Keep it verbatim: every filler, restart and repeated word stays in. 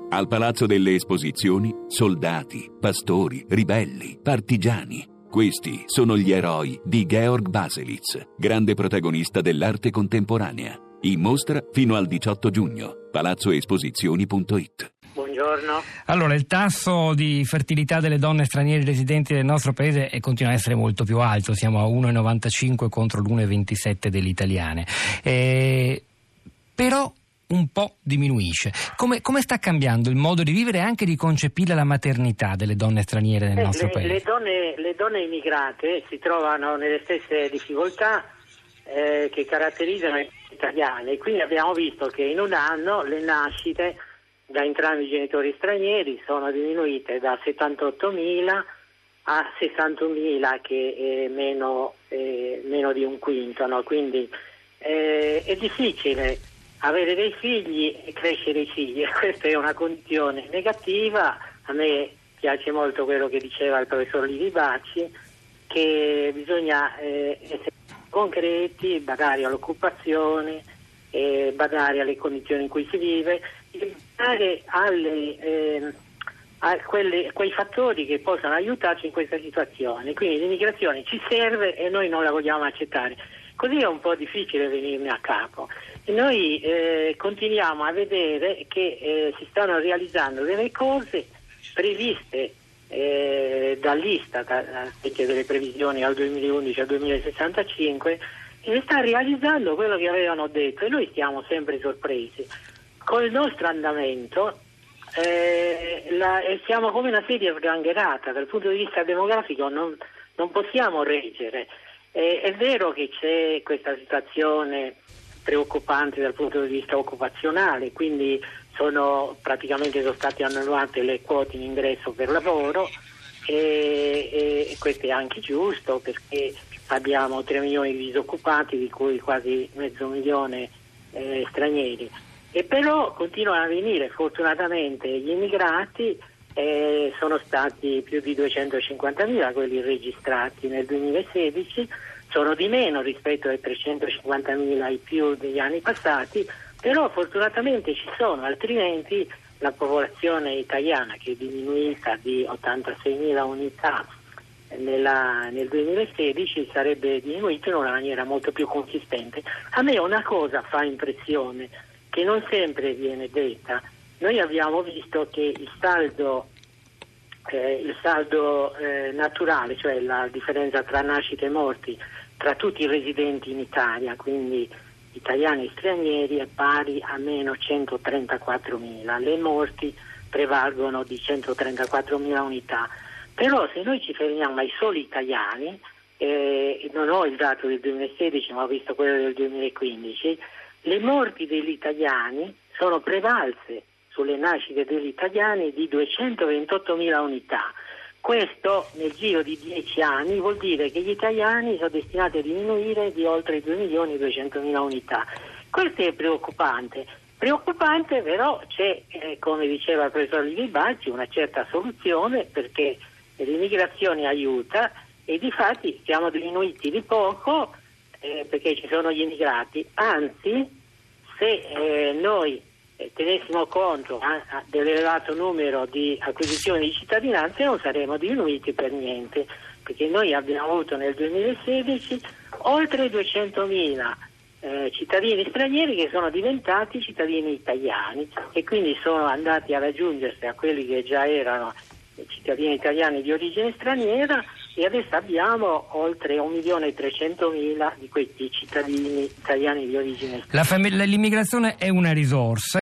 Al Palazzo delle Esposizioni, soldati, pastori, ribelli, partigiani. Questi sono gli eroi di Georg Baselitz, grande protagonista dell'arte contemporanea. In mostra fino al diciotto giugno. palazzo esposizioni punto it. Buongiorno. Allora, il tasso di fertilità delle donne straniere residenti nel nostro paese continua a essere molto più alto, siamo a uno virgola novantacinque contro l'uno virgola ventisette delle italiane. Eh, però un po' diminuisce. Come, come sta cambiando il modo di vivere e anche di concepire la maternità delle donne straniere nel eh, nostro le, paese? Le donne, le donne immigrate si trovano nelle stesse difficoltà eh, che caratterizzano le italiane, quindi abbiamo visto che in un anno le nascite da entrambi i genitori stranieri sono diminuite da settantottomila a sessantunomila, che è meno, eh, meno di un quinto, no? Quindi eh, è difficile avere dei figli e crescere i figli, e questa è una condizione negativa. A me piace molto quello che diceva il professor Livi Bacci, che bisogna eh, essere concreti, badare all'occupazione, eh, badare alle condizioni in cui si vive, e badare alle, eh, a quelle, quei fattori che possono aiutarci in questa situazione. Quindi l'immigrazione ci serve e noi non la vogliamo accettare. Così è un po' difficile venirne a capo. E noi eh, continuiamo a vedere che eh, si stanno realizzando delle cose previste eh, dall'Istat, specie delle previsioni al duemilaundici al duemilasessantacinque, e si sta realizzando quello che avevano detto, e noi stiamo sempre sorpresi. Con il nostro andamento eh, la, siamo come una sedia sgangherata, dal punto di vista demografico non, non possiamo reggere. Eh, è vero che c'è questa situazione preoccupante dal punto di vista occupazionale, quindi sono praticamente sono state annullate le quote in ingresso per lavoro, e, e questo è anche giusto, perché abbiamo tre milioni di disoccupati, di cui quasi mezzo milione eh, stranieri, e però continuano a venire fortunatamente gli immigrati. Eh, sono stati più di duecentocinquantamila quelli registrati nel duemilasedici, sono di meno rispetto ai trecentocinquantamila in più degli anni passati, però fortunatamente ci sono, altrimenti la popolazione italiana, che è diminuita di ottantaseimila unità nella, nel duemilasedici, sarebbe diminuita in una maniera molto più consistente. A me una cosa fa impressione, che non sempre viene detta. Noi abbiamo visto che il saldo, eh, il saldo eh, naturale, cioè la differenza tra nascite e morti tra tutti i residenti in Italia, quindi italiani e stranieri, è pari a meno centotrentaquattromila. Le morti prevalgono di centotrentaquattromila unità. Però se noi ci fermiamo ai soli italiani, eh, non ho il dato del duemilasedici ma ho visto quello del duemilaquindici, le morti degli italiani sono prevalse sulle nascite degli italiani di duecentoventottomila unità. Questo nel giro di dieci anni vuol dire che gli italiani sono destinati a diminuire di oltre due milioni e duecentomila unità. Questo è preoccupante. Preoccupante però c'è, eh, come diceva il professor Livi Bacci, una certa soluzione, perché l'immigrazione aiuta e difatti siamo diminuiti di poco eh, perché ci sono gli immigrati. Anzi, se eh, noi tenessimo conto eh, dell'elevato numero di acquisizioni di cittadinanze, non saremmo diminuiti per niente, perché noi abbiamo avuto nel duemilasedici oltre duecentomila eh, cittadini stranieri che sono diventati cittadini italiani, e quindi sono andati ad aggiungersi a quelli che già erano cittadini italiani di origine straniera, e adesso abbiamo oltre un milione e trecentomila di questi cittadini italiani di origine straniera. La fam- l'immigrazione è una risorsa